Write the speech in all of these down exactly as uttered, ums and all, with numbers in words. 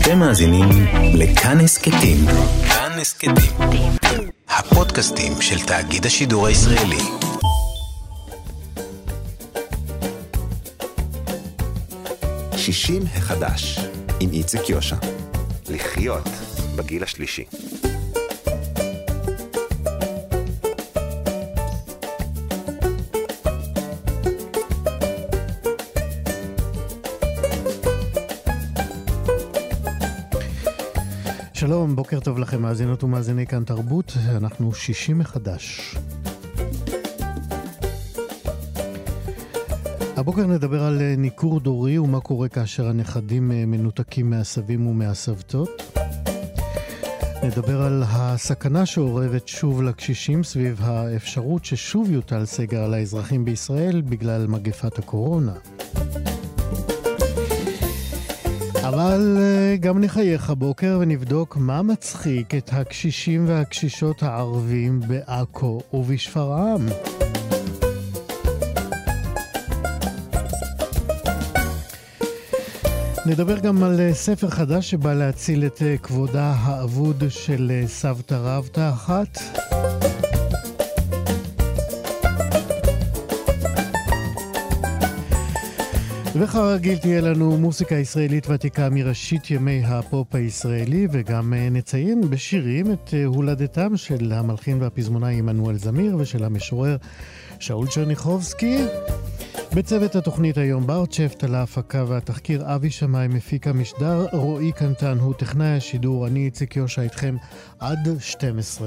אתם מאזינים לכאן הסכתים. כאן הסכתים. הפודקאסטים של תאגיד השידור הישראלי. שישים החדש עם איציק יושע. לחיות בגיל השלישי. שלום, בוקר טוב לכם מאזינות ומאזיני כאן תרבות, אנחנו שישים מחדש. הבוקר נדבר על ניכור דורי ומה קורה כאשר הנכדים מנותקים מהסבים ומהסבתות. נדבר על הסכנה שעורבת שוב לקשישים סביב האפשרות ששוב יוטל סגר על האזרחים בישראל בגלל מגפת הקורונה. אבל גם נחייך הבוקר ונבדוק מה מצחיק את הקשישים והקשישות הערבים בעכו ובשפרעם. נדבר גם על ספר חדש שבא להציל את כבודה האבוד של סבתא רבתא אחת. וכרגיל תהיה לנו מוסיקה ישראלית ותיקה מראשית ימי הפופ הישראלי, וגם נציין בשירים את הולדתם של המלחין והפזמונאי עמנואל זמיר ושל המשורר שאול צ'רניחובסקי. בצוות התוכנית היום בר צ'פט על ההפקה והתחקיר, אבי שמאי מפיק המשדר, רועי קנטן הוא טכנאי השידור, אני איציק יושע איתכם עד שתים עשרה.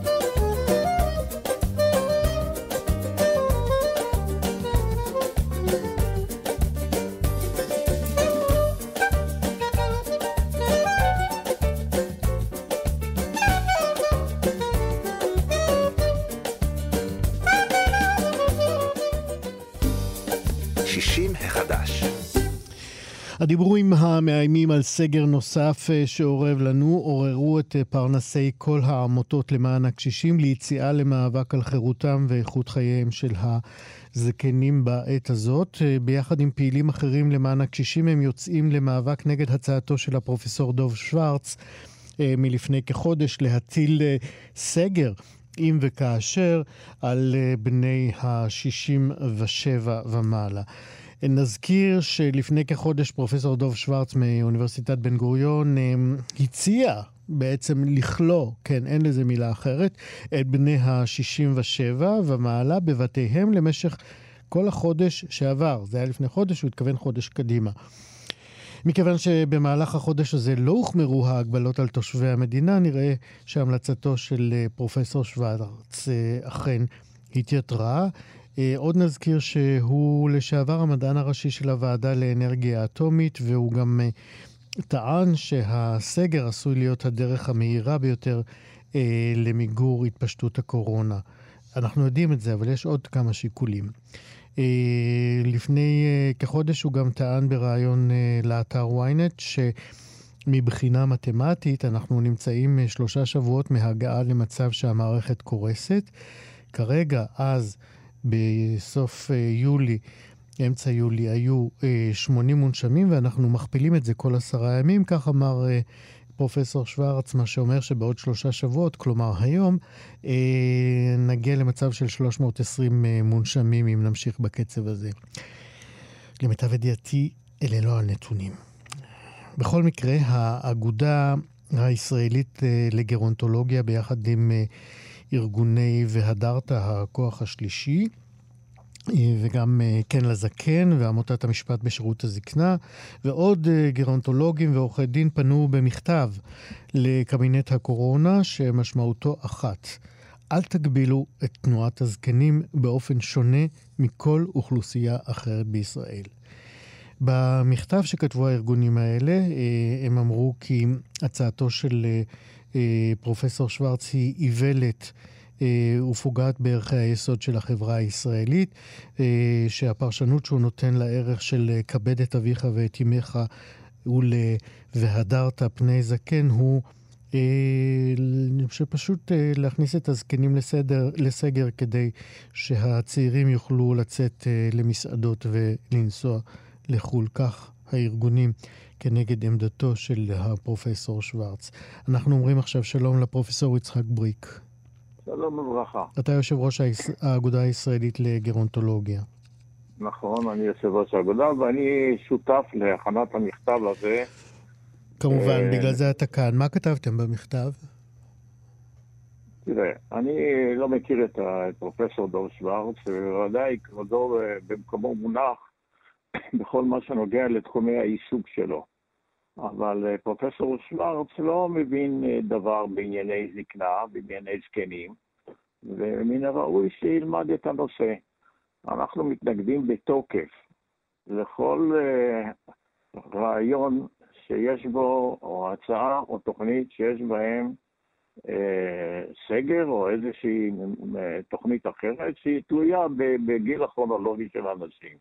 שישים החדש. הדיבורים המאיימים על סגר נוסף שעורב לנו עוררו את פרנסי כל העמותות למען הקשישים ליציאה למאבק על חירותם ואיכות חייהם של הזקנים בעת הזאת. ביחד עם פעילים אחרים למען הקשישים הם יוצאים למאבק נגד הצעתו של הפרופסור דוב שוורץ מלפני כחודש להטיל סגר אם וכאשר על בני ה-שישים ושבע ומעלה. נזכיר שלפני כחודש פרופסור דוב שוורץ מאוניברסיטת בן גוריון הציע בעצם לכלוא, כן, אין לזה מילה אחרת, את בני ה-שישים ושבע ומעלה בבתיהם למשך כל החודש שעבר. זה היה לפני חודש, הוא התכוון חודש קדימה. מכיוון שבמהלך החודש הזה לא הוחמרו ההגבלות על תושבי המדינה, נראה שהמלצתו של פרופסור שוורץ אכן התייתרה. עוד נזכיר שהוא לשעבר המדען הראשי של הוועדה לאנרגיה אטומית, והוא גם טען שהסגר עשוי להיות הדרך המהירה ביותר למיגור התפשטות הקורונה. אנחנו יודעים את זה, אבל יש עוד כמה שיקולים. לפני כחודש הוא גם טען ברעיון לאתר וויינט שמבחינה מתמטית אנחנו נמצאים שלושה שבועות מהגעה למצב שהמערכת קורסת. כרגע אז בסוף יולי, אמצע יולי, היו שמונים מונשמים ואנחנו מכפילים את זה כל עשרה ימים, כך אמר פרופסור שוורץ, מה שאומר שבעוד שלושה שבועות, כלומר היום, נגיע למצב של שלוש מאות ועשרים מונשמים אם נמשיך בקצב הזה. למיטב ידיעתי, אלה לא הנתונים. בכל מקרה, האגודה הישראלית לגרונטולוגיה ביחד עם ארגוני והדרת הכוח השלישי, וגם כן לזקן ועמותת המשפט בשירות הזקנה ועוד גרונטולוגים ועורכי דין פנו במכתב לקבינט הקורונה שמשמעותו אחת: אל תגבילו את תנועת הזקנים באופן שונה מכל אוכלוסייה אחרת בישראל. במכתב שכתבו הארגונים האלה הם אמרו כי הצעתו של פרופסור שוורץ היא איוולת ופוגעת בערכי היסוד של החברה הישראלית, שהפרשנות שהוא נותן לערך של כבד את אביך ואת אמך ולהדרת פני זקן הוא שפשוט להכניס את הזקנים לסדר, לסגר כדי שהצעירים יוכלו לצאת למסעדות ולנסוע לחול. כך הארגונים כנגד עמדתו של הפרופסור שוורץ. אנחנו אומרים עכשיו שלום לפרופסור יצחק בריק. שלום וברכה. אתה יושב ראש האגודה הישראלית לגרונטולוגיה. נכון, אני יושב ראש האגודה, ואני שותף להכנת המכתב הזה. כמובן, בגלל זה אתה כאן. מה כתבתם במכתב? תראה, אני לא מכיר את פרופסור דור שוורץ, ובוודאי כבודו במקומו מונח בכל מה שנוגע לתחומי העיסוק שלו. אבל פרופסור שוורץ לא מבין דבר בענייני זקנה, בענייני זקנים, ומן הראוי שילמד את הנושא. אנחנו מתנגדים בתוקף לכל uh, רעיון שיש בו, או הצעה או תוכנית שיש בהם uh, סגר או איזושהי uh, תוכנית אחרת שהיא תלויה בגיל הכרונולוגי של אנשים.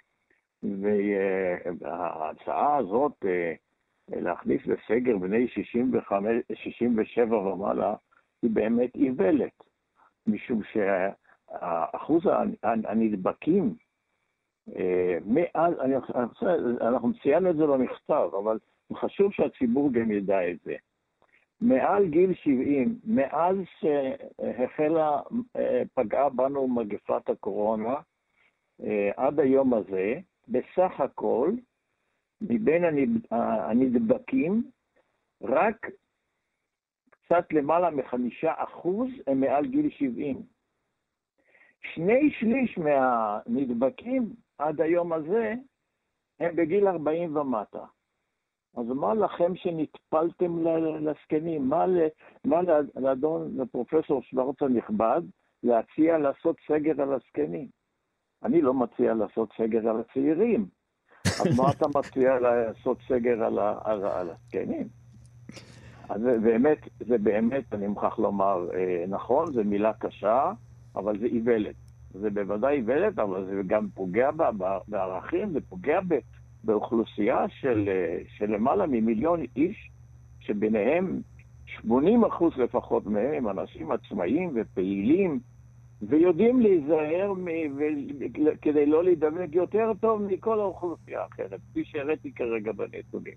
וההצעה הזאת uh, להכניס לסגר בני שישים וחמש, שישים ושבע ומעלה היא באמת איוולת, משום שהאחוז הנדבקים מאז, אנחנו ציינו את זה במכתב, אבל חשוב שהציבור גם ידע את זה. מעל גיל שבעים, מאז שהחלה, פגעה בנו מגפת הקורונה, עד היום הזה, בסך הכל, מבין הנדבקים, רק קצת למעלה מחמישה אחוז הם מעל גיל שבעים. שני שליש מהנדבקים עד היום הזה הם בגיל ארבעים ומטה. אז מה לכם שנטפלתם לזקנים? מה, מה לאדון, לפרופסור שוורץ הנכבד, להציע לעשות סגר על הזקנים? אני לא מציע לעשות סגר על הצעירים. אז מה אתה מציע לעשות סגר על, על, על הזקנים? אז זה באמת, זה באמת, אני מוכרח לומר, נכון, זו מילה קשה, אבל זה איוולת. זה בוודאי איוולת, אבל זה גם פוגע בערכים, זה פוגע באוכלוסייה של, של למעלה ממיליון איש, שביניהם שמונים אחוז לפחות מהם הם אנשים עצמאיים ופעילים, ויודעים להיזהר מ- כדי לא להידבק יותר טוב מכל האוכלוסייה האחרת, כפי שהראיתי כרגע בנתונים.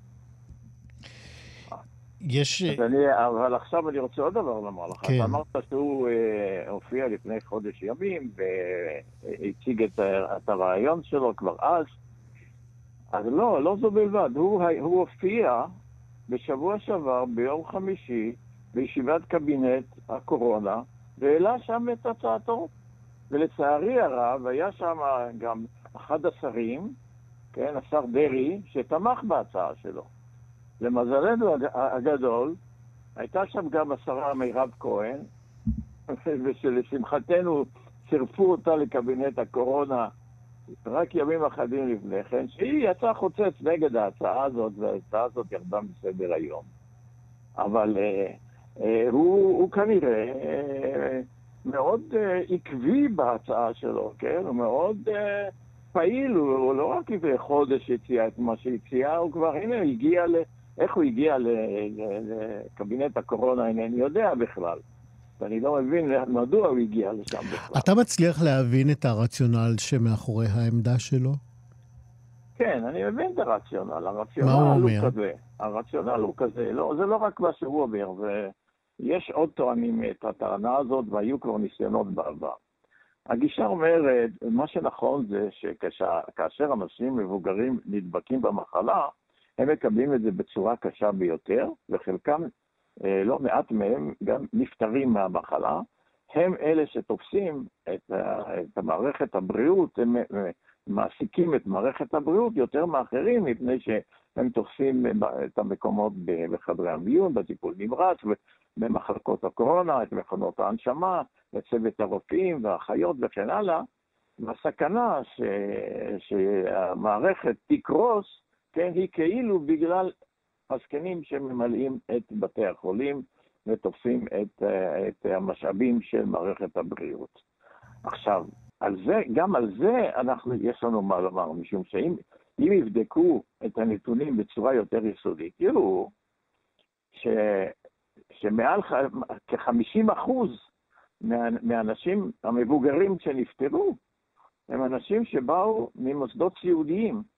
יש... אני, אבל עכשיו אני רוצה עוד דבר לומר לך. כן. אתה אמרת שהוא אה, הופיע לפני חודש ימים והציג את, את הרעיון שלו כבר אז. אז לא, לא זו בלבד. הוא, הוא הופיע בשבוע שעבר ביום חמישי בישיבת קבינט הקורונה, והעלה שם את הצעתו. ולצערי הרב היה שם גם אחד השרים, כן, השר דרי, שתמך בהצעה שלו. למזלנו הגדול, הייתה שם גם השרה מירב כהן, ושלשמחתנו צירפו אותה לקבינט הקורונה רק ימים אחדים לפני כן, שהיא יצאה חוצץ נגד ההצעה הזאת, וההצעה הזאת ירדה מסדר היום. אבל אה, אה, הוא, הוא כנראה אה, מאוד אה, עקבי בהצעה שלו, כן? הוא מאוד אה, פעיל, הוא, הוא לא רק לפני חודש הציע את מה שהציע, הוא כבר, הנה, הוא הגיע ל... איך הוא הגיע לקבינט הקורונה, אינני יודע בכלל. ואני לא מבין מדוע הוא הגיע לשם בכלל. אתה מצליח להבין את הרציונל שמאחורי העמדה שלו? כן, אני מבין את הרציונל. הרציונל מה הוא הוא אומר? כזה. הרציונל הוא כזה. לא, זה לא רק מה שהוא אומר. ויש עוד טוענים את הטענה הזאת, והיו כבר ניסיונות בעבר. הגישה אומרת, מה שנכון זה שכאשר אנשים מבוגרים נדבקים במחלה, הם מקבלים את זה בצורה קשה ביותר, וחלקם, לא מעט מהם, גם נפטרים מהמחלה. הם אלה שתופסים את, את המערכת הבריאות, הם מעסיקים את מערכת הבריאות יותר מאחרים, מפני שהם תופסים את המקומות בחדרי המיון, בטיפול נמרץ, במחלקות הקורונה, את מכונות ההנשמה, את צוות הרופאים והאחיות וכן הלאה. והסכנה ש, שהמערכת תקרוס, כן, היא כאילו בגלל הזקנים שממלאים את בתי החולים ותופסים את, את המשאבים של מערכת הבריאות. עכשיו, על זה, גם על זה אנחנו, יש לנו מה לומר, משום שאם אם יבדקו את הנתונים בצורה יותר יסודית, יראו ש, שמעל כ-חמישים אחוז מה, מהאנשים המבוגרים שנפטרו, הם אנשים שבאו ממוסדות סיעודיים.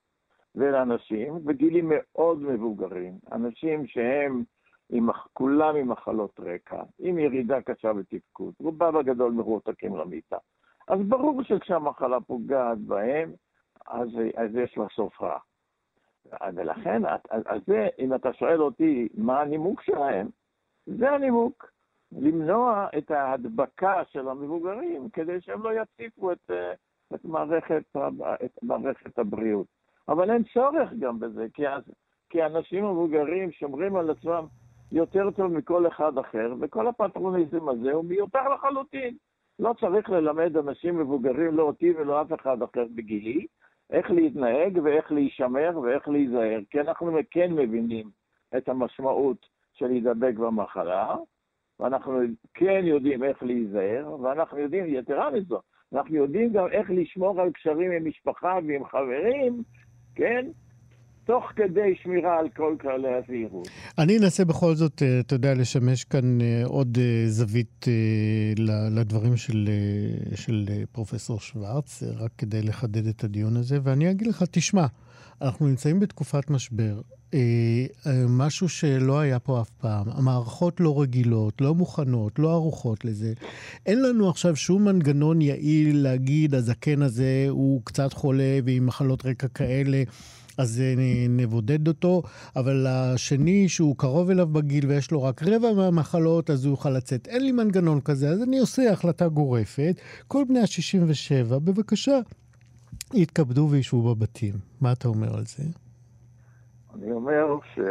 ולאנשים בגילים מאוד מבוגרים, אנשים שהם עם, כולם עם מחלות רקע, עם ירידה קשה בתפקוד, רובם הגדול מרותקים למיטה. אז ברור שכשהמחלה פוגעת בהם, אז, אז יש לה סוף רע. ולכן, אז זה, אם אתה שואל אותי מה הנימוק שלהם, זה הנימוק. למנוע את ההדבקה של המבוגרים, כדי שהם לא יציפו את, את, מערכת, את מערכת הבריאות. אבל אין צורך גם בזה, כי, כי האנשים המבוגרים שומרים על עצמם יותר טוב מכל אחד אחר, וכל הפטרוניזם הזה הוא מיותר לחלוטין. לא צריך ללמד אנשים מבוגרים, לא אותי ולא אף אחד אחר בגילי, איך להתנהג ואיך להישמר ואיך להיזהר, כי אנחנו כן מבינים את המשמעות של להידבק במחלה, ואנחנו כן יודעים איך להיזהר, ואנחנו יודעים, יתרה מזו, אנחנו יודעים גם איך לשמור על קשרים עם משפחה ועם חברים, כן? תוך כדי שמירה על כל כללי הזהירות. אני אנסה בכל זאת, אתה יודע, לשמש כאן עוד זווית לדברים של, של פרופסור שוורץ, רק כדי לחדד את הדיון הזה, ואני אגיד לך, תשמע, אנחנו נמצאים בתקופת משבר, משהו שלא היה פה אף פעם, המערכות לא רגילות, לא מוכנות, לא ערוכות לזה. אין לנו עכשיו שום מנגנון יעיל להגיד, הזקן הזה הוא קצת חולה ועם מחלות רקע כאלה, אז נבודד אותו, אבל השני שהוא קרוב אליו בגיל ויש לו רק רבע מהמחלות, אז הוא יוכל לצאת. אין לי מנגנון כזה, אז אני עושה החלטה גורפת. כל בני ה-שישים ושבע, בבקשה, יתכבדו וישבו בבתים. מה אתה אומר על זה? אני אומר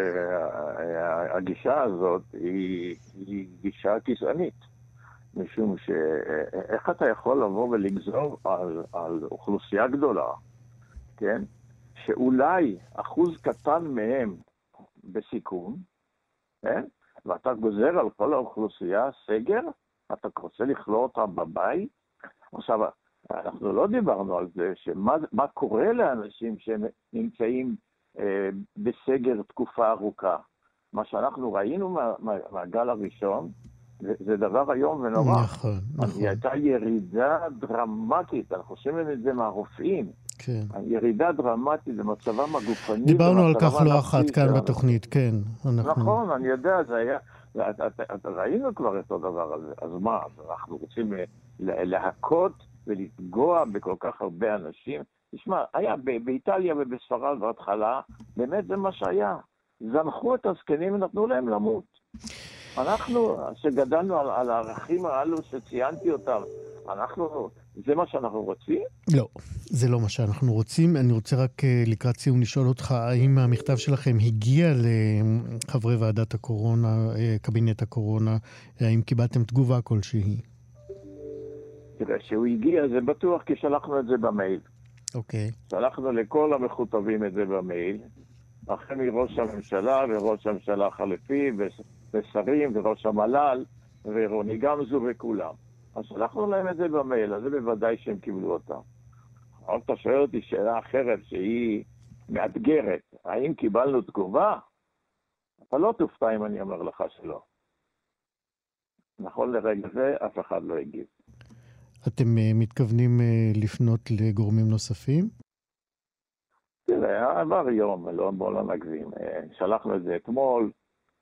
שהגישה הזאת היא, היא גישה גזענית. משום שאיך אתה יכול לבוא ולגזור על, על אוכלוסייה גדולה, כן? שאולי אחוז קטן מהם בסיכון, כן? ואתה גוזר על כל האוכלוסייה סגר, אתה רוצה לכלוא אותם בבית. עכשיו, אנחנו לא דיברנו על זה, שמה מה קורה לאנשים שנמצאים אה, בסגר תקופה ארוכה. מה שאנחנו ראינו מה, מה, מהגל הראשון, זה, זה דבר היום ונורא. נכון, נכון. הייתה ירידה דרמטית, אנחנו חושבים את זה מהרופאים. כן. ירידה דרמטית במצבם הגופני. דיברנו על כך לא אחת כאן בתוכנית, כן. אנחנו... נכון, אני יודע, זה היה, ראינו כבר את הדבר הזה. אז מה, אנחנו רוצים להכות ולפגוע בכל כך הרבה אנשים? תשמע, היה באיטליה ובספרד בהתחלה, באמת זה מה שהיה. זנחו את הזקנים ונתנו להם למות. אנחנו, שגדלנו על, על הערכים האלו שציינתי אותם, אנחנו, זה מה שאנחנו רוצים? לא, זה לא מה שאנחנו רוצים. אני רוצה רק לקראת סיום לשאול אותך, האם המכתב שלכם הגיע לחברי ועדת הקורונה, קבינט הקורונה, האם קיבלתם תגובה כלשהי? תראה, שהוא הגיע, זה בטוח, כי שלחנו את זה במייל. אוקיי. שלחנו לכל המכותבים את זה במייל, אחרי מראש הממשלה וראש הממשלה החליפי, ושרים וראש המל"ל, ורוני גמזו וכולם. אז שלחנו להם את זה במייל, אז זה בוודאי שהם קיבלו אותם. אבל אתה שואל אותי שאלה אחרת שהיא מאתגרת, האם קיבלנו תגובה? אתה לא תופתע אם אני אומר לך שלא. נכון לרגע זה, אף אחד לא הגיב. אתם מתכוונים לפנות לגורמים נוספים? תראה, עבר יום, לא, בוא לא נגזים. שלחנו את זה אתמול,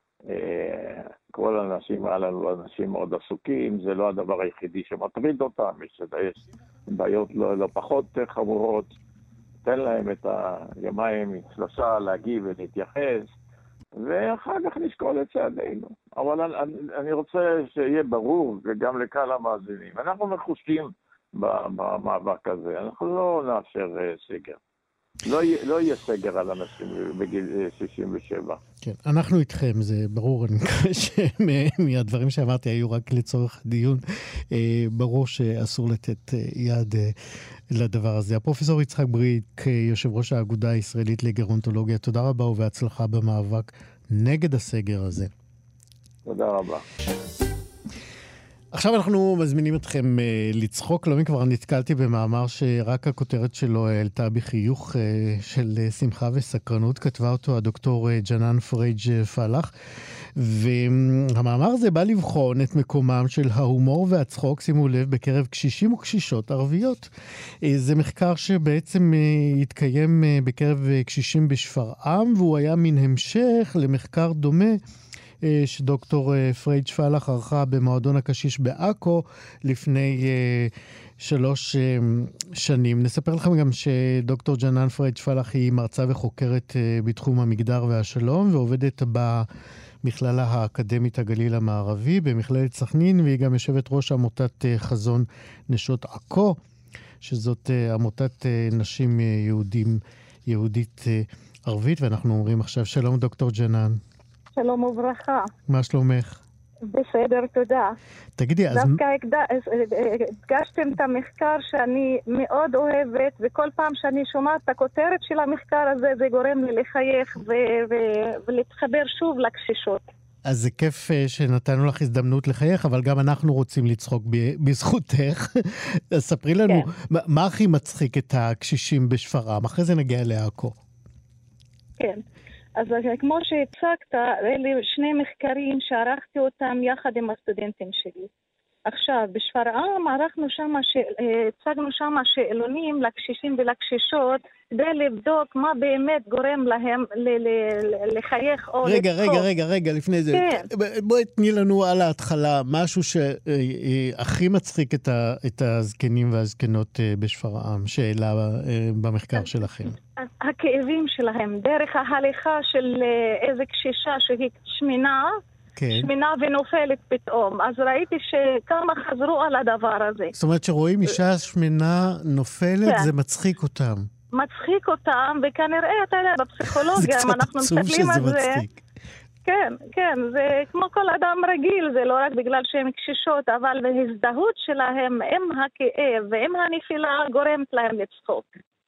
כל האנשים הללו אנשים מאוד עסוקים, זה לא הדבר היחידי שמטריד אותם, יש, יש בעיות לא, לא פחות חמורות, תן להם את היומיים שלושה להגיב ולהתייחס, ואחר כך נשקול את צעדינו. אבל אני, אני רוצה שיהיה ברור, וגם לקהל המאזינים, אנחנו מחושים במאבק הזה, אנחנו לא נאפשר סגר. לא, לא יהיה סגר על אנשים בגיל שישים ושבע. כן, אנחנו איתכם, זה ברור, אני מקווה שמהדברים שאמרתי היו רק לצורך דיון, ברור שאסור לתת יד לדבר הזה. הפרופסור יצחק בריק, יושב ראש האגודה הישראלית לגרונטולוגיה, תודה רבה ובהצלחה במאבק נגד הסגר הזה. תודה רבה. עכשיו אנחנו מזמינים אתכם uh, לצחוק. לא מכבר נתקלתי במאמר שרק הכותרת שלו העלתה בחיוך uh, של uh, שמחה וסקרנות. כתבה אותו הדוקטור uh, ג'נן פרייג' פלח. והמאמר הזה בא לבחון את מקומם של ההומור והצחוק, שימו לב, בקרב קשישים וקשישות ערביות. Uh, זה מחקר שבעצם uh, התקיים uh, בקרב uh, קשישים בשפרעם, והוא היה מן המשך למחקר דומה שדוקטור פרייג' פלח ערכה במועדון הקשיש בעכו לפני שלוש שנים. נספר לכם גם שדוקטור ג'נן פרייג' פלח היא מרצה וחוקרת בתחום המגדר והשלום, ועובדת במכללה האקדמית הגליל המערבי במכללת סכנין, והיא גם יושבת ראש עמותת חזון נשות עכו, שזאת עמותת נשים יהודים, יהודית ערבית. ואנחנו אומרים עכשיו שלום דוקטור ג'נן. שלום וברכה. מה שלומך? בסדר, תודה. תגידי, אז... דווקא הדגשתם את המחקר שאני מאוד אוהבת, וכל פעם שאני שומעת את הכותרת של המחקר הזה, זה גורם לי לחייך ו- ו- ולהתחבר שוב לקשישות. אז זה כיף שנתנו לך הזדמנות לחייך, אבל גם אנחנו רוצים לצחוק בזכותך. אז ספרי לנו, כן. מה, מה הכי מצחיק את הקשישים בשפרעם? אחרי זה נגיע לעכו. כן. אז כמו שהצגת, אלה שני מחקרים שערכתי אותם יחד עם הסטודנטים שלי. עכשיו, בשפרעם ערכנו שם, הצגנו שם שאלונים לקשישים ולקשישות, כדי לבדוק מה באמת גורם להם לחייך או לצחוק. רגע, רגע, רגע, רגע, לפני זה. כן. בואי תני לנו על ההתחלה משהו שהכי מצחיק את הזקנים והזקנות בשפרעם, שאלה במחקר שלכם. הכאבים שלהם, דרך ההליכה של איזה קשישה שהיא שמינה, כן. שמינה ונופלת פתאום. אז ראיתי שכמה חזרו על הדבר הזה. זאת אומרת שרואים אישה שמינה נופלת, כן. זה מצחיק אותם. מצחיק אותם, וכנראה, אתה יודע, בפסיכולוגיה, אם אנחנו מסתכלים על זה... מצחיק. כן, כן, זה כמו כל אדם רגיל, זה לא רק בגלל שהן קשישות, אבל ההזדהות שלהם עם הכאב ועם הנפילה גורמת להם לצחוק.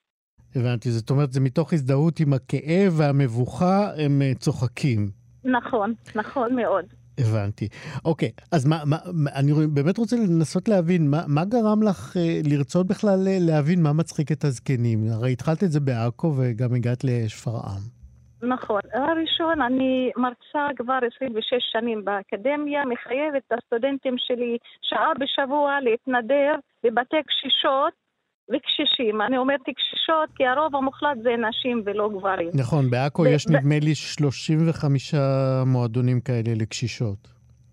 הבנתי, זאת אומרת, זה מתוך הזדהות עם הכאב והמבוכה, הם צוחקים. נכון, נכון מאוד. הבנתי. אוקיי, אז מה, מה, אני באמת רוצה לנסות להבין, מה, מה גרם לך אה, לרצות בכלל להבין מה מצחיק את הזקנים? הרי התחלת את זה בעכו וגם הגעת לשפרעם. נכון. הראשון, אני מרצה כבר עשרים ושש שנים באקדמיה, מחייבת את הסטודנטים שלי שעה בשבוע להתנדב בבתי קשישות, וקשישים. אני אומרת קשישות כי הרוב המוחלט זה נשים ולא גברים. נכון, בעכו יש נדמה לי שלושים וחמישה מועדונים כאלה לקשישות.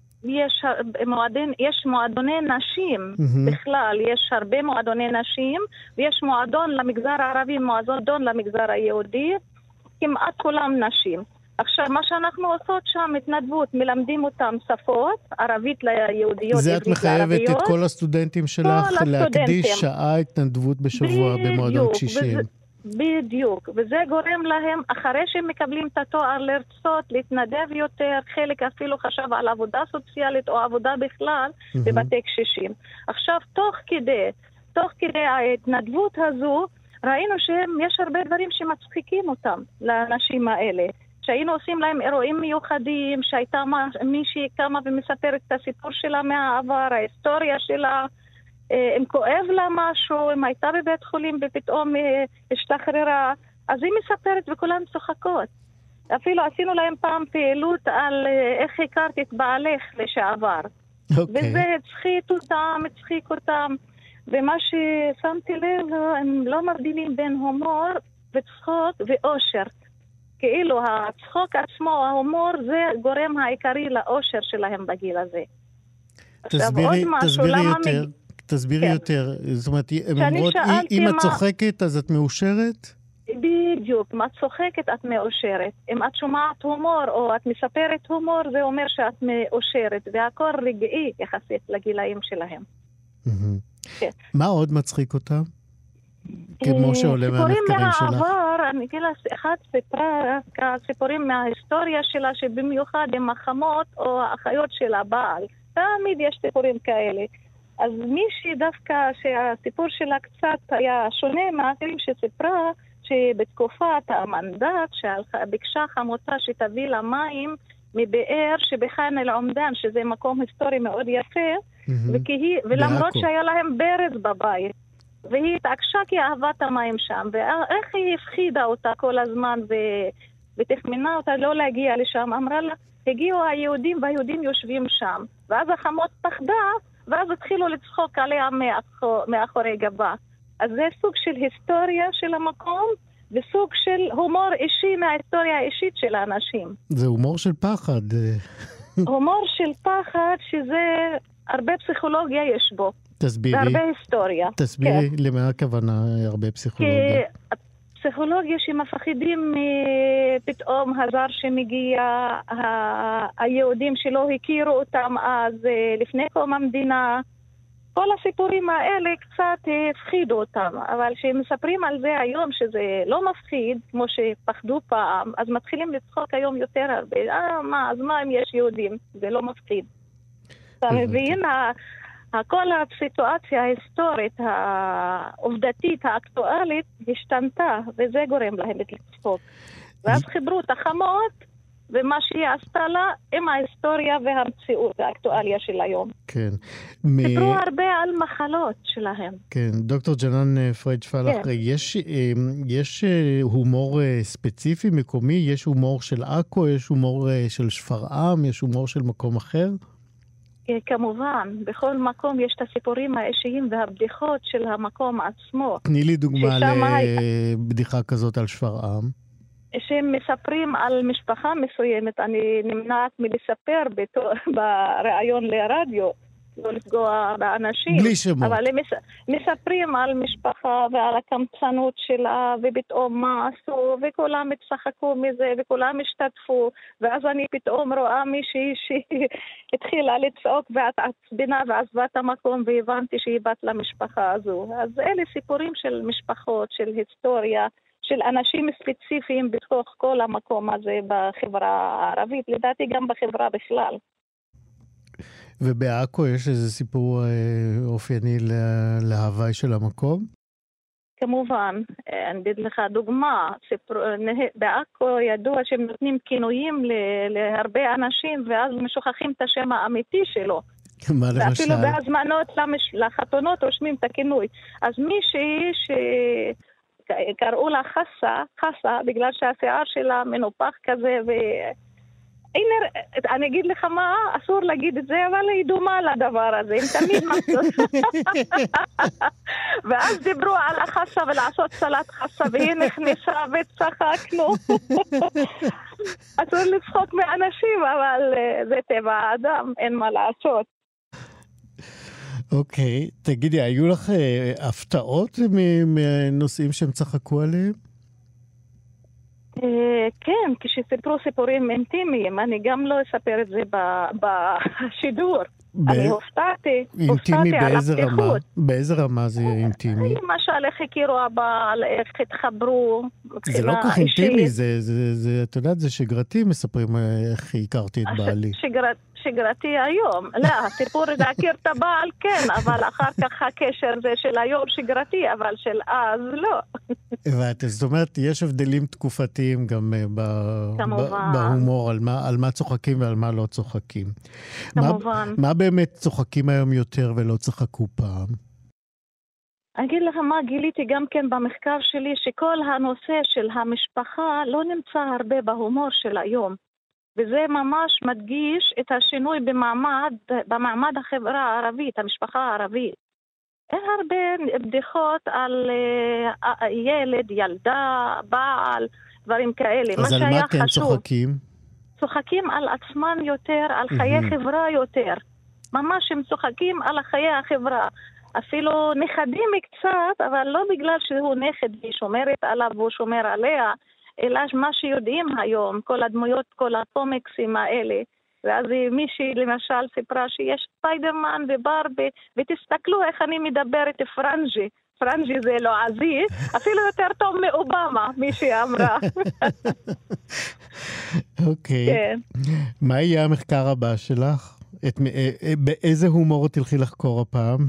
יש, מועדון, יש מועדוני נשים בכלל, יש הרבה מועדוני נשים, ויש מועדון למגזר הערבי, מועדון למגזר היהודי, כמעט כולם נשים. עכשיו, מה שאנחנו עושות שם, התנדבות, מלמדים אותם שפות, ערבית ליהודיות, זה את מחייבת את כל הסטודנטים שלך להקדיש שעה התנדבות בשבוע במועדון קשישים. בדיוק, וזה גורם להם, אחרי שהם מקבלים את התואר, לרצות, להתנדב יותר, חלק אפילו חשב על עבודה סוציאלית או עבודה בכלל בבתי קשישים. עכשיו, תוך כדי, תוך כדי ההתנדבות הזו, ראינו שיש הרבה דברים שמצחיקים אותם, לאנשים האלה. שהיינו עושים להם אירועים מיוחדים, שהייתה מישהי קמה ומספרת את הסיפור שלה מהעבר, ההיסטוריה שלה, אם כואב לה משהו, אם הייתה בבית חולים ופתאום השתחררה, אז היא מספרת וכולם צוחקות. אפילו עשינו להם פעם פעילות על איך הכרתי את בעלך לשעבר. Okay. וזה הצחיק אותם, הצחיק אותם. ומה ששמתי לב, הם לא מבדילים בין הומור וצחוק ואושר. כאילו הצחוק עצמו, ההומור, זה גורם העיקרי לאושר שלהם בגיל הזה. תסבירי, תסבירי יותר, מג... תסבירי כן. יותר. זאת אומרת, הם אומרות, אם מה... את צוחקת, אז את מאושרת? בדיוק, אם את צוחקת, את מאושרת. אם את שומעת הומור, או את מספרת הומור, זה אומר שאת מאושרת, והכל רגעי יחסית לגילאים שלהם. כן. מה עוד מצחיק אותם? כמו שעולה מהמחקרים שלך. סיפורים מהעבר, אני כאילו, אחת סיפרה סיפורים מההיסטוריה שלה, שבמיוחד עם החמות או האחיות של הבעל. תמיד יש סיפורים כאלה. אז מישהי דווקא שהסיפור שלה קצת היה שונה מהאחרים שסיפרה, שבתקופת המנדט שביקשה חמותה שתביא לה מים מבאר שבח'אן אל-עומדן, שזה מקום היסטורי מאוד יפה, ולמרות שהיה להם ברז בבית, והיא התעקשה כי אהבה את המים שם, ואיך היא הפחידה אותה כל הזמן ותכמנה אותה לא להגיע לשם, אמרה לה, הגיעו היהודים והיהודים יושבים שם, ואז החמות פחדה, ואז התחילו לצחוק עליה מאחורי גבה. אז זה סוג של היסטוריה של המקום, וסוג של הומור אישי מההיסטוריה האישית של האנשים. זה הומור של פחד. הומור של פחד שזה הרבה פסיכולוגיה יש בו. תסבירי. והרבה היסטוריה. תסבירי כן. למה הכוונה הרבה פסיכולוגיה. כי פסיכולוגיה שמפחידים פתאום הזר שמגיע, היהודים שלא הכירו אותם אז לפני קום המדינה, כל הסיפורים האלה קצת הפחידו אותם, אבל כשמספרים על זה היום שזה לא מפחיד, כמו שפחדו פעם, אז מתחילים לצחוק היום יותר הרבה. אה, מה, אז מה אם יש יהודים? זה לא מפחיד. אתה מבין? כל הסיטואציה ההיסטורית, העובדתית, האקטואלית, השתנתה, וזה גורם להם לצחוק. ואז חיברו את החמות, ומה שהיא עשתה לה עם ההיסטוריה והמציאות, האקטואליה של היום. כן. דיברו הרבה על מחלות שלהם. כן, דוקטור ג'נן פריג' פלח, יש, יש הומור ספציפי, מקומי? יש הומור של עכו, יש הומור של שפרעם, יש הומור של מקום אחר? כמובן, בכל מקום יש את הסיפורים האישיים והבדיחות של המקום עצמו. תני לי דוגמה לבדיחה כזאת על שפרעם. שהם מספרים על משפחה מסוימת, אני נמנעת מלספר ברעיון לרדיו, לא לפגוע באנשים. בלי שמות. אבל הם מספרים על משפחה ועל הקמצנות שלה, ופתאום מה עשו, וכולם הצחקו מזה, וכולם השתתפו, ואז אני פתאום רואה מישהי שהתחילה לצעוק והתעצבנה, ועזבה את המקום, והבנתי שהיא בת למשפחה הזו. אז אלה סיפורים של משפחות, של היסטוריה, של אנשים ספציפיים בתוך כל המקום הזה בחברה הערבית, לדעתי גם בחברה בכלל. ובעכו יש איזה סיפור אה, אופייני להוואי של המקום? כמובן, אני אגיד לך דוגמה, סיפור, בעכו ידוע שהם נותנים כינויים להרבה אנשים, ואז משוכחים את השם האמיתי שלו. מה למשל? ואפילו בהזמנות לחתונות רושמים את הכינוי. אז מישהי ש... קראו לה חסה, חסה, בגלל שהשיער שלה מנופח כזה, והנה, אני אגיד לך מה, אסור להגיד את זה, אבל היא דומה לדבר הזה, הם תמיד מצאות. ואז דיברו על החסה ולעשות סלט חסה, והיא נכנסה וצחקנו. אסור לצחוק מאנשים, אבל זה טבע האדם, אין מה לעשות. אוקיי, תגידי, היו לך אה, הפתעות מנושאים שהם צחקו עליהם? אה, כן, כשסיפרו סיפורים אינטימיים, אני גם לא אספר את זה בשידור. ב... אני הופתעתי, הופתעתי על הפתיחות. באיזה רמה זה אינטימי? למשל, איך הכירו הבעל, איך התחברו. זה לא כל כך אינטימי, זה, זה, זה, את יודעת, זה שגרתי, מספרים איך הכרתי את בעלי. שגרת, שגרתי היום. לא, הסיפור להכיר את הבעל, כן, אבל אחר כך הקשר זה של היום שגרתי, אבל של אז לא. הבאת, זאת אומרת, יש הבדלים תקופתיים גם ב, ב, בהומור, על מה, על מה צוחקים ועל מה לא צוחקים. כמובן. מה, מה באמת צוחקים היום יותר ולא צחקו פעם? אני אגיד לך מה גיליתי גם כן במחקר שלי, שכל הנושא של המשפחה לא נמצא הרבה בהומור של היום. וזה ממש מדגיש את השינוי במעמד, במעמד החברה הערבית, המשפחה הערבית. אין הרבה בדיחות על uh, ילד, ילדה, בעל, דברים כאלה. אז על מה כן חשוב, צוחקים? צוחקים על עצמם יותר, על חיי mm-hmm. חברה יותר. ממש הם צוחקים על חיי החברה. אפילו נכדים קצת, אבל לא בגלל שהוא נכד והיא שומרת עליו והוא שומר עליה, אלא מה שיודעים היום, כל הדמויות, כל הקומיקסים האלה. ואז מישהי למשל סיפרה שיש ספיידרמן וברבי, ותסתכלו איך אני מדברת פרנג'י. פרנג'י זה לא עזיז, אפילו יותר טוב מאובמה, מישהי אמרה. אוקיי. מה יהיה המחקר הבא שלך? באיזה הומור תלכי לחקור הפעם?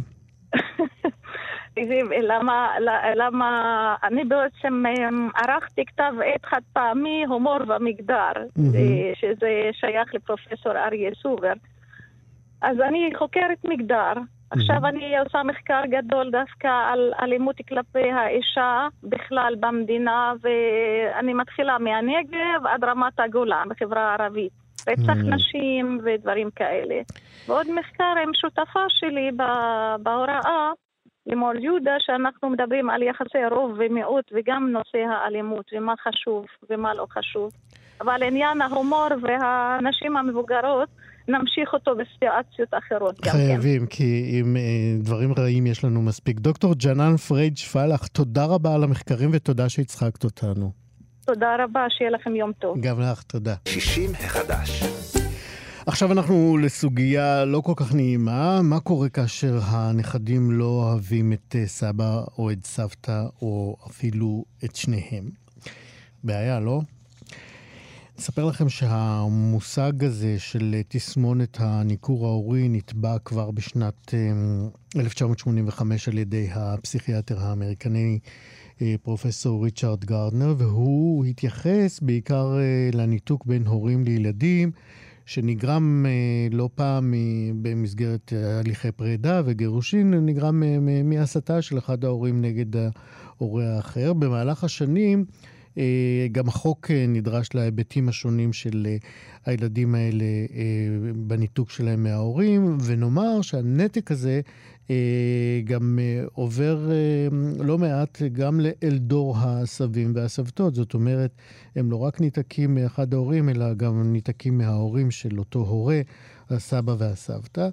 למה, למה, אני בעצם ערכתי כתב עת חד פעמי הומור ומגדר, שזה שייך לפרופסור אריה סובר. אז אני חוקרת מגדר. עכשיו אני עושה מחקר גדול דווקא על אלימות כלפי האישה בכלל במדינה, ואני מתחילה מהנגב עד רמת הגולן בחברה הערבית. רצח נשים ודברים כאלה. ועוד מחקר עם שותפה שלי בהוראה, למור יהודה, שאנחנו מדברים על יחסי רוב ומיעוט וגם נושא האלימות ומה חשוב ומה לא חשוב. אבל עניין ההומור והנשים המבוגרות, נמשיך אותו בסיטואציות אחרות גם כן. חייבים, כי עם דברים רעים יש לנו מספיק. דוקטור ג'נאן פרייג' פלח, תודה רבה על המחקרים ותודה שהצחקת אותנו. תודה רבה, שיהיה לכם יום טוב. גם לך, תודה. שישים החדש. עכשיו אנחנו לסוגיה לא כל כך נעימה. מה קורה כאשר הנכדים לא אוהבים את סבא או את סבתא או אפילו את שניהם? בעיה, לא? אספר לכם שהמושג הזה של תסמונת הניכור ההורי נטבע כבר בשנת אלף תשע מאות שמונים וחמש על ידי הפסיכיאטר האמריקני פרופסור ריצ'רד גרדנר, והוא התייחס בעיקר לניתוק בין הורים לילדים, שנגרם לא פעם במסגרת הליכי פרידה וגירושין, נגרם מהסתה של אחד ההורים נגד ההורה האחר. במהלך השנים גם החוק נדרש להיבטים השונים של הילדים האלה בניתוק שלהם מההורים, ונאמר שהנתק הזה גם עובר לא מעט גם אל דור הסבים והסבתות. זאת אומרת, הם לא רק ניתקים מאחד ההורים, אלא גם ניתקים מההורים של אותו הורה, הסבא והסבתא.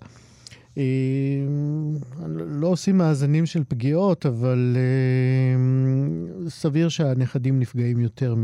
לא עושים מאזנים של פגיעות, אבל סביר שהנכדים נפגעים יותר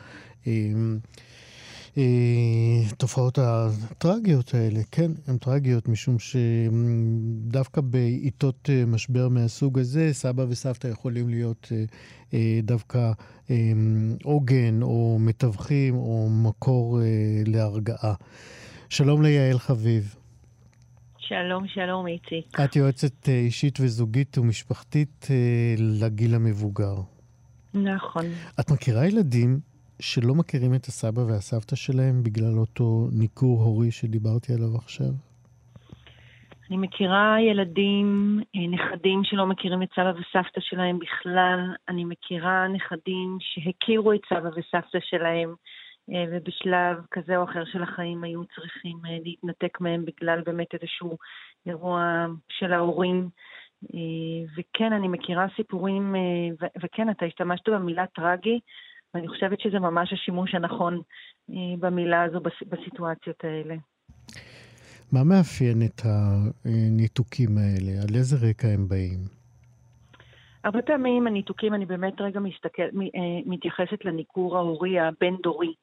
מהתופעות הטרגיות האלה. כן, הן טרגיות, משום שדווקא בעיתות משבר מהסוג הזה, סבא וסבתא יכולים להיות דווקא עוגן או מתווכים או מקור להרגעה. שלום ליעל חביב. שלום, שלום, איציק. את יועצת אישית וזוגית ומשפחתית לגיל המבוגר. נכון. את מכירה ילדים שלא מכירים את הסבא והסבתא שלהם בגלל אותו ניכור הורי שדיברתי עליו עכשיו? אני מכירה ילדים, נכדים שלא מכירים את סבא וסבתא שלהם בכלל. אני מכירה נכדים שהכירו את סבא וסבתא שלהם, ובשלב כזה או אחר של החיים היו צריכים להתנתק מהם בגלל באמת איזשהו אירוע של ההורים. וכן, אני מכירה סיפורים, וכן, אתה השתמשת במילה טרגי, ואני חושבת שזה ממש השימוש הנכון במילה הזו בסיטואציות האלה. מה מאפיין את הניתוקים האלה? על איזה רקע הם באים? הרבה פעמים הניתוקים, אני באמת רגע מסתכל, מתייחסת לניכור ההורי הבין-דורי.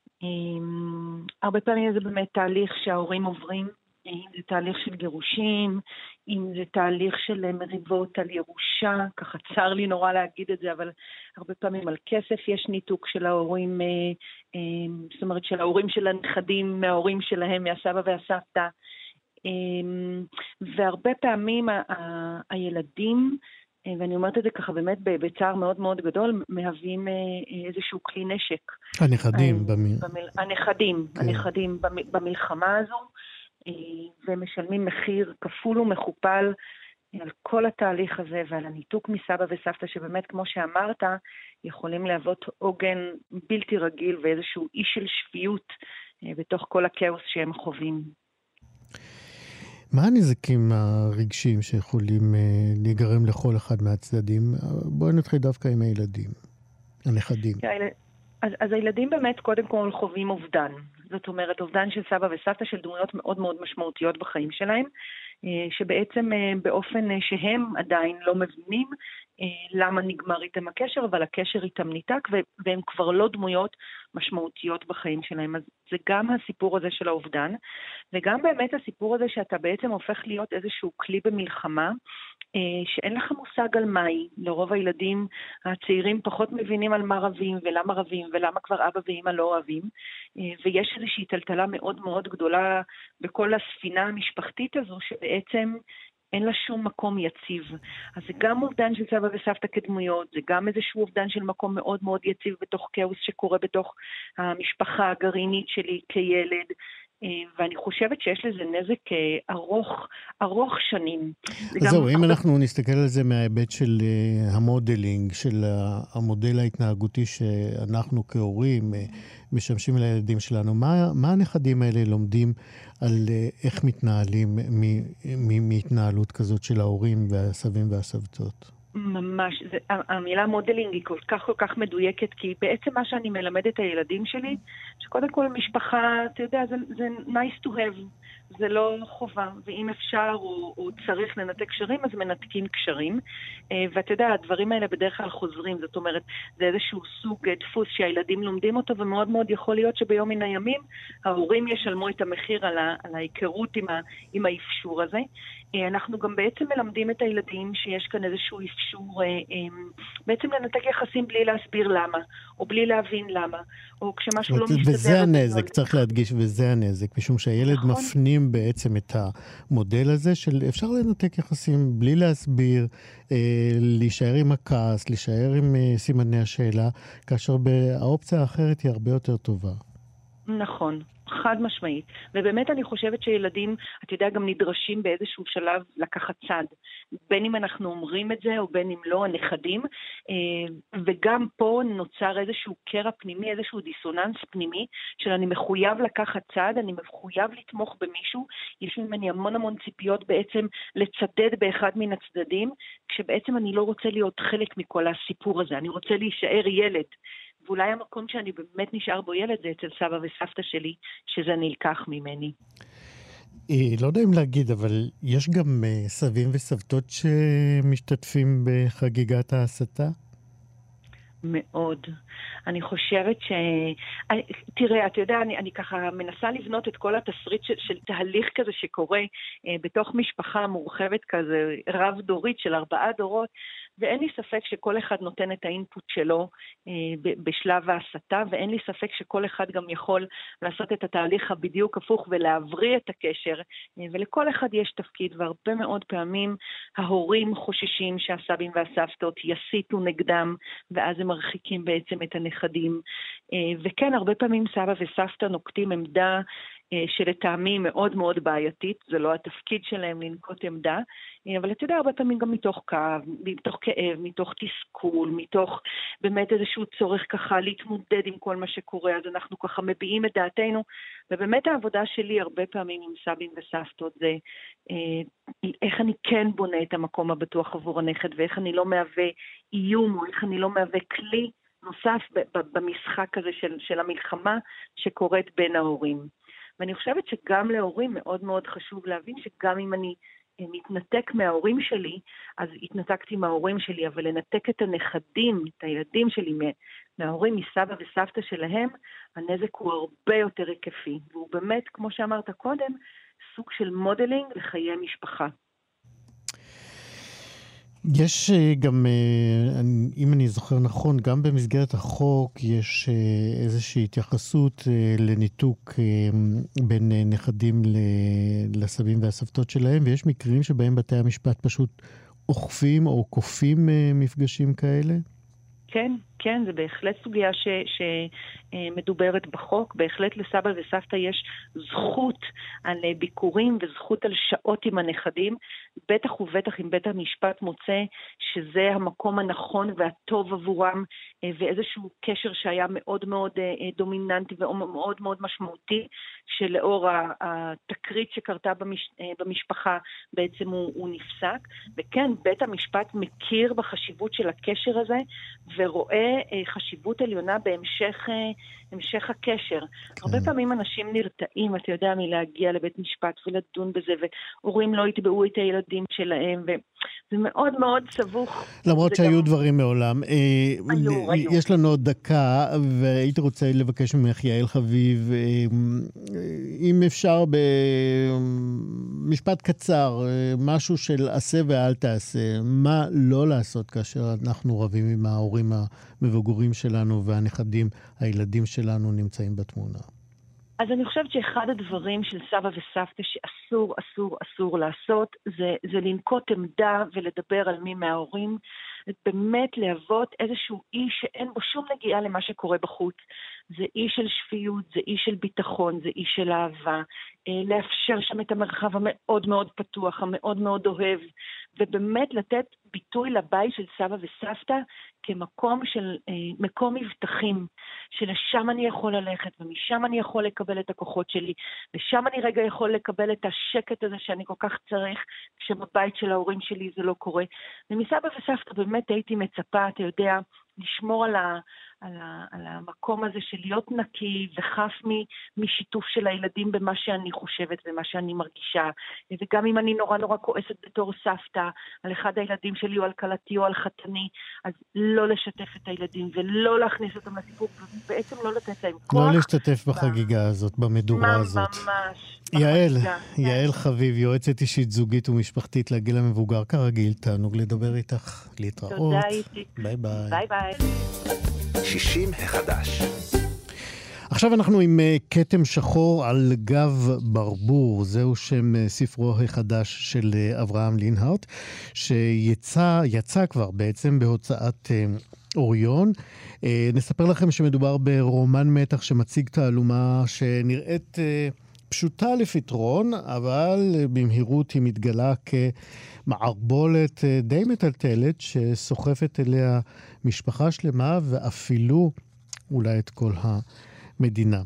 הרבה פעמים זה באמת תהליך שההורים עוברים, אם זה תהליך של גירושים, אם זה תהליך של מריבות על ירושה, ככה צר לי נורא להגיד את זה, אבל הרבה פעמים על כסף יש ניתוק של ההורים, זאת אומרת של ההורים של הנכדים, מההורים שלהם, מהסבא והסבתא, והרבה פעמים ה- הילדים, ואני אומרת את זה ככה באמת בצער מאוד מאוד גדול, מהווים איזשהו כלי נשק. הנכדים. במיל... במיל... הנכדים, כן. הנכדים במלחמה הזו, ומשלמים מחיר כפול ומכופל על כל התהליך הזה, ועל הניתוק מסבא וסבתא, שבאמת, כמו שאמרת, יכולים להוות עוגן בלתי רגיל, ואיזשהו אי של שפיות בתוך כל הכאוס שהם חווים. מה הנזקים הרגשיים שיכולים להיגרם לכל אחד מהצדדים? בואי נתחיל דווקא עם הילדים, הנכדים. אז, אז הילדים באמת קודם כל חווים אובדן. זאת אומרת, אובדן של סבא וסבתא, של דמויות מאוד מאוד משמעותיות בחיים שלהם, שבעצם באופן שהם עדיין לא מבינים למה נגמר איתם הקשר, אבל הקשר איתם ניתק, והם כבר לא דמויות משמעותיות בחיים שלהם. אז זה גם הסיפור הזה של האובדן, וגם באמת הסיפור הזה שאתה בעצם הופך להיות איזשהו כלי במלחמה, שאין לך מושג על מהי. לרוב הילדים הצעירים פחות מבינים על מה רבים ולמה רבים ולמה כבר אבא ואמא לא אוהבים, ויש איזושהי טלטלה מאוד מאוד גדולה בכל הספינה המשפחתית הזו, שבעצם אין לה שום מקום יציב. אז זה גם אובדן של סבא וסבתא כדמויות, זה גם איזשהו אובדן של מקום מאוד מאוד יציב בתוך כאוס שקורה בתוך המשפחה הגרעינית שלי כילד, ואני חושבת שיש לזה נזק ארוך, ארוך שנים. אז זהו, אם אנחנו נסתכל על זה מההיבט של המודלינג, של המודל ההתנהגותי שאנחנו כהורים משמשים לילדים שלנו, מה, מה הנכדים האלה לומדים על איך מתנהלים מהתנהלות כזאת של ההורים והסבים והסבתות? ממש, זה, המילה מודלינג היא כל כך כל כך מדויקת, כי בעצם מה שאני מלמד את הילדים שלי, שקודם כל משפחה, אתה יודע, זה, זה nice to have, זה לא חובה, ואם אפשר או, או צריך לנתק קשרים, אז מנתקים קשרים, ואתה יודע, הדברים האלה בדרך כלל חוזרים, זאת אומרת, זה איזשהו סוג דפוס שהילדים לומדים אותו, ומאוד מאוד יכול להיות שביום מן הימים, ההורים ישלמו את המחיר על, ה, על ההיכרות עם, ה, עם האפשור הזה. אנחנו גם בעצם מלמדים את הילדים שיש כאן איזשהו אפשור, בעצם לנתק יחסים בלי להסביר למה, או בלי להבין למה, או כשמשהו לא מסתדר. וזה הנזק, צריך להדגיש, וזה הנזק, משום שהילד מפנים בעצם את המודל הזה של אפשר לנתק יחסים בלי להסביר, להישאר עם הכעס, להישאר עם סימני השאלה, כאשר האופציה האחרת היא הרבה יותר טובה. נכון. חד משמעית. ובאמת אני חושבת שילדים, אתה יודע, גם נדרשים באיזשהו שלב לקחת צד. בין אם אנחנו אומרים את זה, או בין אם לא, הנכדים. וגם פה נוצר איזשהו קרע פנימי, איזשהו דיסוננס פנימי, של אני מחויב לקחת צד, אני מחויב לתמוך במישהו. יש ממני המון המון ציפיות בעצם לצדד באחד מן הצדדים, כשבעצם אני לא רוצה להיות חלק מכל הסיפור הזה. אני רוצה להישאר ילד. ואולי המקום שאני באמת נשאר בו ילד זה אצל סבא וסבתא שלי, שזה נלקח ממני. לא יודע אם להגיד, אבל יש גם סבים וסבתות שמשתתפים בחגיגת ההסתה? מאוד. אני חושבת ש... תראה, אתה יודע, אני, אני ככה מנסה לבנות את כל התסריט של, של תהליך כזה שקורה אה, בתוך משפחה מורחבת כזה, רב דורית של ארבעה דורות, ואין לי ספק שכל אחד נותן את האינפוט שלו אה, ב- בשלב ההסתה, ואין לי ספק שכל אחד גם יכול לעשות את התהליך הבדיוק הפוך ולהבריא את הקשר, אה, ולכל אחד יש תפקיד, והרבה מאוד פעמים ההורים חוששים שהסבים והסבתות יסיתו נגדם, ואז הם מרחיקים בעצם את הנכדים. וכן, הרבה פעמים סבא וסבתא נוקטים עמדה שלטעמי מאוד מאוד בעייתית, זה לא התפקיד שלהם לנקוט עמדה, אבל אתה יודע, הרבה פעמים גם מתוך כאב, מתוך כאב, מתוך תסכול, מתוך באמת איזשהו צורך ככה להתמודד עם כל מה שקורה, אז אנחנו ככה מביעים את דעתנו, ובאמת העבודה שלי הרבה פעמים עם סבים וסבתות זה איך אני כן בונה את המקום הבטוח עבור הנכד, ואיך אני לא מהווה איום, או איך אני לא מהווה כלי נוסף במשחק הזה של, של המלחמה שקורית בין ההורים. ואני חושבת שגם להורים מאוד מאוד חשוב להבין שגם אם אני מתנתק מההורים שלי, אז התנתקתי מההורים שלי, אבל לנתק את הנכדים, את הילדים שלי מההורים, מסבא וסבתא שלהם, הנזק הוא הרבה יותר היקפי. והוא באמת, כמו שאמרת קודם, סוג של מודלינג לחיי משפחה. יש גם, אם אני זוכר נכון, גם במסגרת החוק יש איזושהי התייחסות לניתוק בין נכדים לסבים והסבתות שלהם, ויש מקרים שבהם בתי המשפט פשוט אוכפים או כופים מפגשים כאלה? כן, כן, זה בהחלט סוגיה ש, שמדוברת בחוק. בהחלט לסבא וסבתא יש זכות על ביקורים וזכות על שעות עם הנכדים. בטח ובטח אם בית המשפט מוצא שזה המקום הנכון והטוב עבורם, ואיזשהו קשר שהיה מאוד מאוד דומיננטי ומאוד מאוד משמעותי, שלאור התקרית שקרתה במש, במשפחה בעצם הוא, הוא נפסק. וכן, בית המשפט מכיר בחשיבות של הקשר הזה, ורואה חשיבות עליונה בהמשך המשך הקשר. כן. הרבה פעמים אנשים נרתעים, אתה יודע, מלהגיע לבית משפט ולדון בזה, והורים לא יתבעו את הילדים שלהם, וזה מאוד מאוד סבוך. למרות שהיו גם... דברים מעולם. היו, היו. יש לנו עוד דקה, והייתי רוצה לבקש ממך, יעל חביב, אם אפשר במשפט קצר, משהו של עשה ואל תעשה, מה לא לעשות כאשר אנחנו רבים עם ההורים המבוגרים שלנו והנכדים, הילדים שלנו נמצאים בתמונה? אז אני חושבת שאחד הדברים של סבא וסבתא שאסור, אסור, אסור לעשות, זה, זה לנקוט עמדה ולדבר על מי מההורים, באמת להוות איזשהו איש שאין בו שום נגיעה למה שקורה בחוץ. זה איש של שפיות, זה איש של ביטחון, זה איש של אהבה, לאפשר שם את המרחב המאוד מאוד פתוח, המאוד מאוד אוהב, ובאמת לתת ביטוי לבית של סבא וסבתא כמקום של מקום מבטחים, שלשם אני יכול ללכת, ומשם אני יכול לקבל את הכוחות שלי, ושם אני רגע יכול לקבל את השקט הזה שאני כל כך צריך, כשבבית של ההורים שלי זה לא קורה. ומסבא וסבתא באמת הייתי מצפה, אתה יודע, לשמור על, ה, על, ה, על המקום הזה של להיות נקי וחף משיתוף של הילדים במה שאני חושבת ומה שאני מרגישה. וגם אם אני נורא נורא כועסת בתור סבתא על אחד הילדים שלי או על קלתי או על חתני, אז לא לשתף את הילדים ולא להכניס אותם לסיפור, ובעצם לא לתת להם כוח. לא להשתתף בחגיגה הזאת, במדורה הזאת. ממש. יעל, יעל חביב, יועצת אישית זוגית ומשפחתית לגיל המבוגר, כרגיל, תענוג לדבר איתך, להתראות. תודה איציק. ביי ביי. ביי ביי. שישים החדש. עכשיו אנחנו עם כתם שחור על גב ברבור, זהו שם ספרו החדש של אברהם לינהרט, שיצא יצא כבר בעצם בהוצאת אוריון. נספר לכם שמדובר ברומן מתח שמציג תעלומה שנראית פשוטה לפתרון, אבל במהירות היא מתגלה כמערבולת די מטלטלת שסוחפת אליה משפחה שלמה ואפילו אולי את כל המדינה.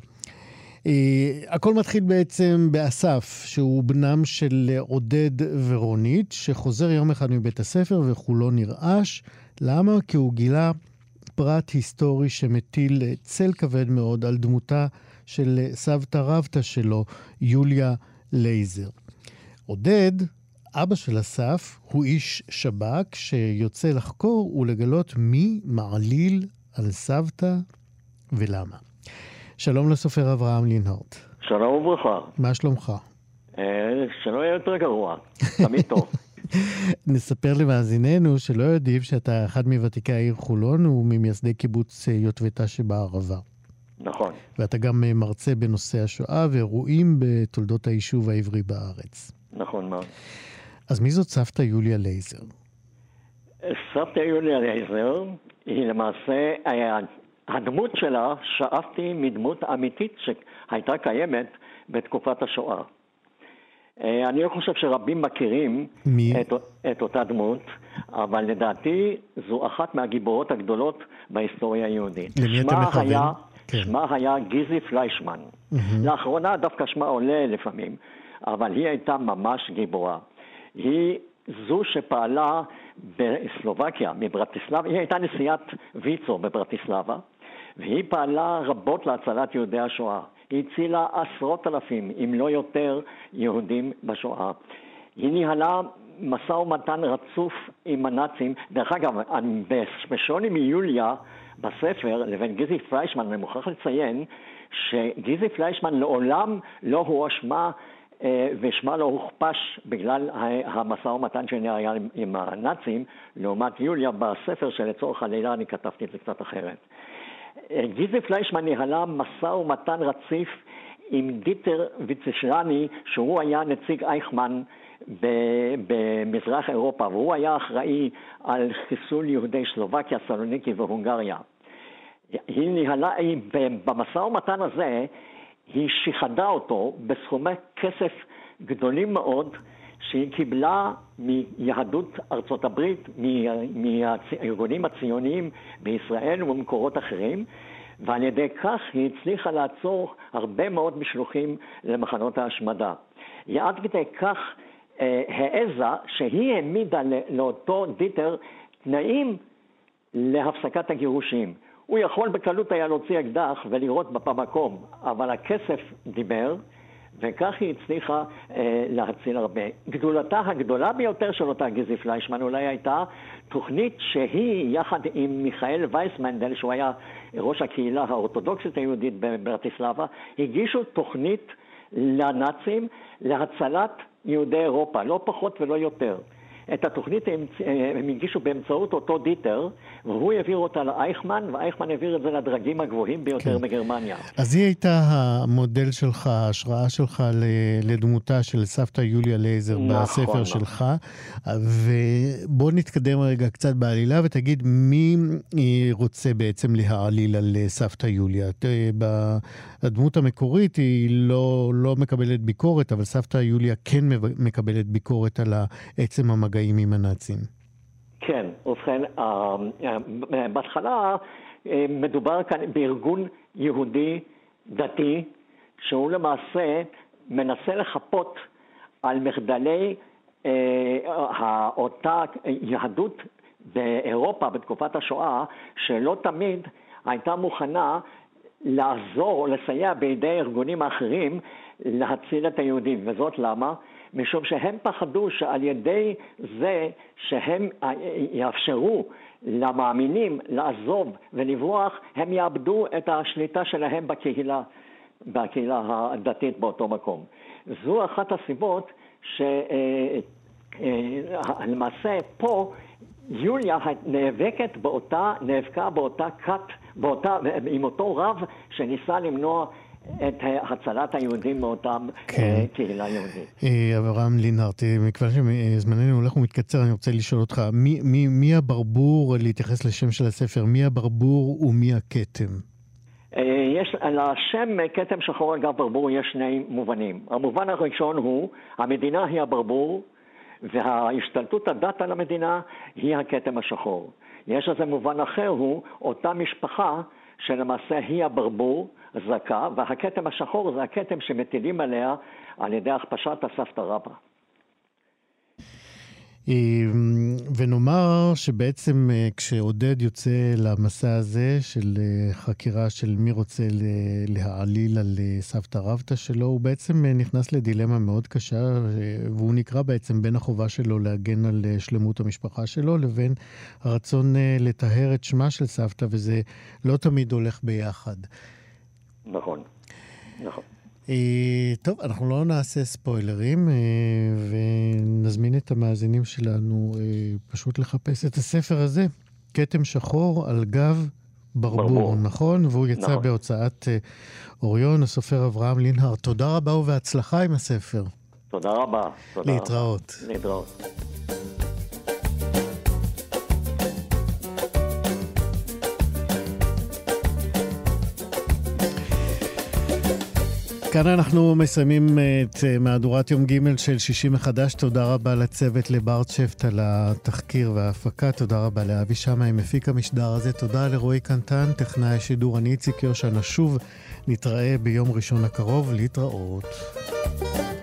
הכל מתחיל בעצם באסף, שהוא בנם של עודד ורונית, שחוזר יום אחד מבית הספר וכולו נרעש. למה? כי הוא גילה פרט היסטורי שמטיל צל כבד מאוד על דמותה של סבתא רבתא שלו, יוליה לייזר. עודד, אבא של אסף, הוא איש שב"כ שיוצא לחקור ולגלות מי מעליל על סבתא ולמה. שלום לסופר אברהם לינהרט. שלום וברכה. מה שלומך? שלא יהיה יותר גרוע, תמיד טוב. נספר למאזיננו שלא יודעים שאתה אחד מוותיקי העיר חולון וממייסדי קיבוץ יוטבתה שבערבה. נכון. ואתה גם מרצה בנושא השואה ואירועים בתולדות היישוב העברי בארץ. נכון מאוד. אז מי זאת סבתא יוליה לייזר? סבתא יוליה לייזר היא למעשה, הדמות שלה שאפתי מדמות אמיתית שהייתה קיימת בתקופת השואה. אני לא חושב שרבים מכירים את, את אותה דמות, אבל לדעתי זו אחת מהגיבורות הגדולות בהיסטוריה היהודית. למי אתה מכוון? היה, כן. שמה היה גיזי פליישמן. Mm-hmm. לאחרונה דווקא שמה עולה לפעמים, אבל היא הייתה ממש גיבורה. היא זו שפעלה בסלובקיה, מברטיסלבה, היא הייתה נשיאת ויצו בברטיסלבה, והיא פעלה רבות להצלת יהודי השואה. היא הצילה עשרות אלפים, אם לא יותר, יהודים בשואה. היא ניהלה משא ומתן רצוף עם הנאצים. דרך אגב, בשוני מיוליה בספר, לבין גיזי פליישמן, אני מוכרח לציין שגיזי פליישמן לעולם לא הואשמה ושמה לא הוכפש בגלל המשא ומתן שהיה עם הנאצים, לעומת יוליה בספר שלצורך הלילה אני כתבתי את זה קצת אחרת. גיזי פליישמן ניהלה משא ומתן רציף עם דיטר ויצשרני, שהוא היה נציג אייכמן במזרח אירופה, והוא היה אחראי על חיסול יהודי סלובקיה, סלוניקי והונגריה. היא ניהלה, במשא ומתן הזה, היא שיחדה אותו בסכומי כסף גדולים מאוד, שהיא קיבלה מיהדות ארצות הברית, מהארגונים הציוניים בישראל וממקורות אחרים, ועל ידי כך היא הצליחה לעצור הרבה מאוד משלוחים למחנות ההשמדה. היא עד כדי כך אה, העזה שהיא העמידה לאותו דיטר תנאים להפסקת הגירושים. הוא יכול בקלות היה להוציא אקדח ולראות במקום, אבל הכסף דיבר, וכך היא הצליחה אה, להציל הרבה. גדולתה הגדולה ביותר של אותה גיזי פליישמן אולי הייתה תוכנית שהיא יחד עם מיכאל וייסמנדל, שהוא היה ראש הקהילה האורתודוקסית היהודית בברטיסלבה, הגישו תוכנית לנאצים להצלת יהודי אירופה, לא פחות ולא יותר. את התוכנית הם, הם הגישו באמצעות אותו דיטר, והוא העביר אותה לאייכמן, ואייכמן העביר את זה לדרגים הגבוהים ביותר כן. בגרמניה. אז היא הייתה המודל שלך, ההשראה שלך לדמותה של סבתא יוליה לייזר נכון, בספר נכון. שלך, ובוא נתקדם רגע קצת בעלילה, ותגיד מי רוצה בעצם להעליל על סבתא יוליה. הדמות המקורית היא לא, לא מקבלת ביקורת, אבל סבתא יוליה כן מקבלת ביקורת על עצם המגעים עם הנאצים. כן, ובכן, בהתחלה מדובר כאן בארגון יהודי דתי, שהוא למעשה מנסה לחפות על מחדלי אותה יהדות באירופה בתקופת השואה, שלא תמיד הייתה מוכנה לעזור או לסייע בידי ארגונים אחרים להציל את היהודים. וזאת למה? משום שהם פחדו שעל ידי זה שהם יאפשרו למאמינים לעזוב ולברוח, הם יאבדו את השליטה שלהם בקהילה, בקהילה הדתית באותו מקום. זו אחת הסיבות שלמעשה פה יוליה נאבקת באותה, נאבקה באותה כת, באותה, עם אותו רב שניסה למנוע את הצלת היהודים מאותם כן. קהילה יהודית. אברהם לינהרט, מכיוון שזמננו הולך ומתקצר, אני רוצה לשאול אותך, מי, מי, מי הברבור, להתייחס לשם של הספר, מי הברבור ומי הכתם? יש, לשם כתם שחור אגב ברבור יש שני מובנים. המובן הראשון הוא, המדינה היא הברבור, וההשתלטות הדת על המדינה היא הכתם השחור. יש איזה מובן אחר הוא, אותה משפחה שלמעשה היא הברבור, זכה, והכתם השחור זה הכתם שמטילים עליה על ידי הכפשת הסבתא רבא. ונאמר שבעצם כשעודד יוצא למסע הזה של חקירה של מי רוצה להעליל על סבתא רבתא שלו, הוא בעצם נכנס לדילמה מאוד קשה, והוא נקרא בעצם בין החובה שלו להגן על שלמות המשפחה שלו לבין הרצון לטהר את שמה של סבתא, וזה לא תמיד הולך ביחד. נכון, נכון. טוב, אנחנו לא נעשה ספוילרים, ונזמין את המאזינים שלנו פשוט לחפש את הספר הזה, כתם שחור על גב ברבור, ברבור. נכון? והוא יצא נכון. בהוצאת אוריון, הסופר אברהם לינהרט. תודה רבה ובהצלחה עם הספר. תודה רבה. תודה להתראות. רבה. להתראות. כאן אנחנו מסיימים את מהדורת יום ג' של שישי מחדש. תודה רבה לצוות, לברט שפט על התחקיר וההפקה. תודה רבה לאבי שמאי, מפיק המשדר הזה. תודה לרועי קנטן, טכנאי השידור. אני איציק יושע. נשוב נתראה ביום ראשון הקרוב. להתראות.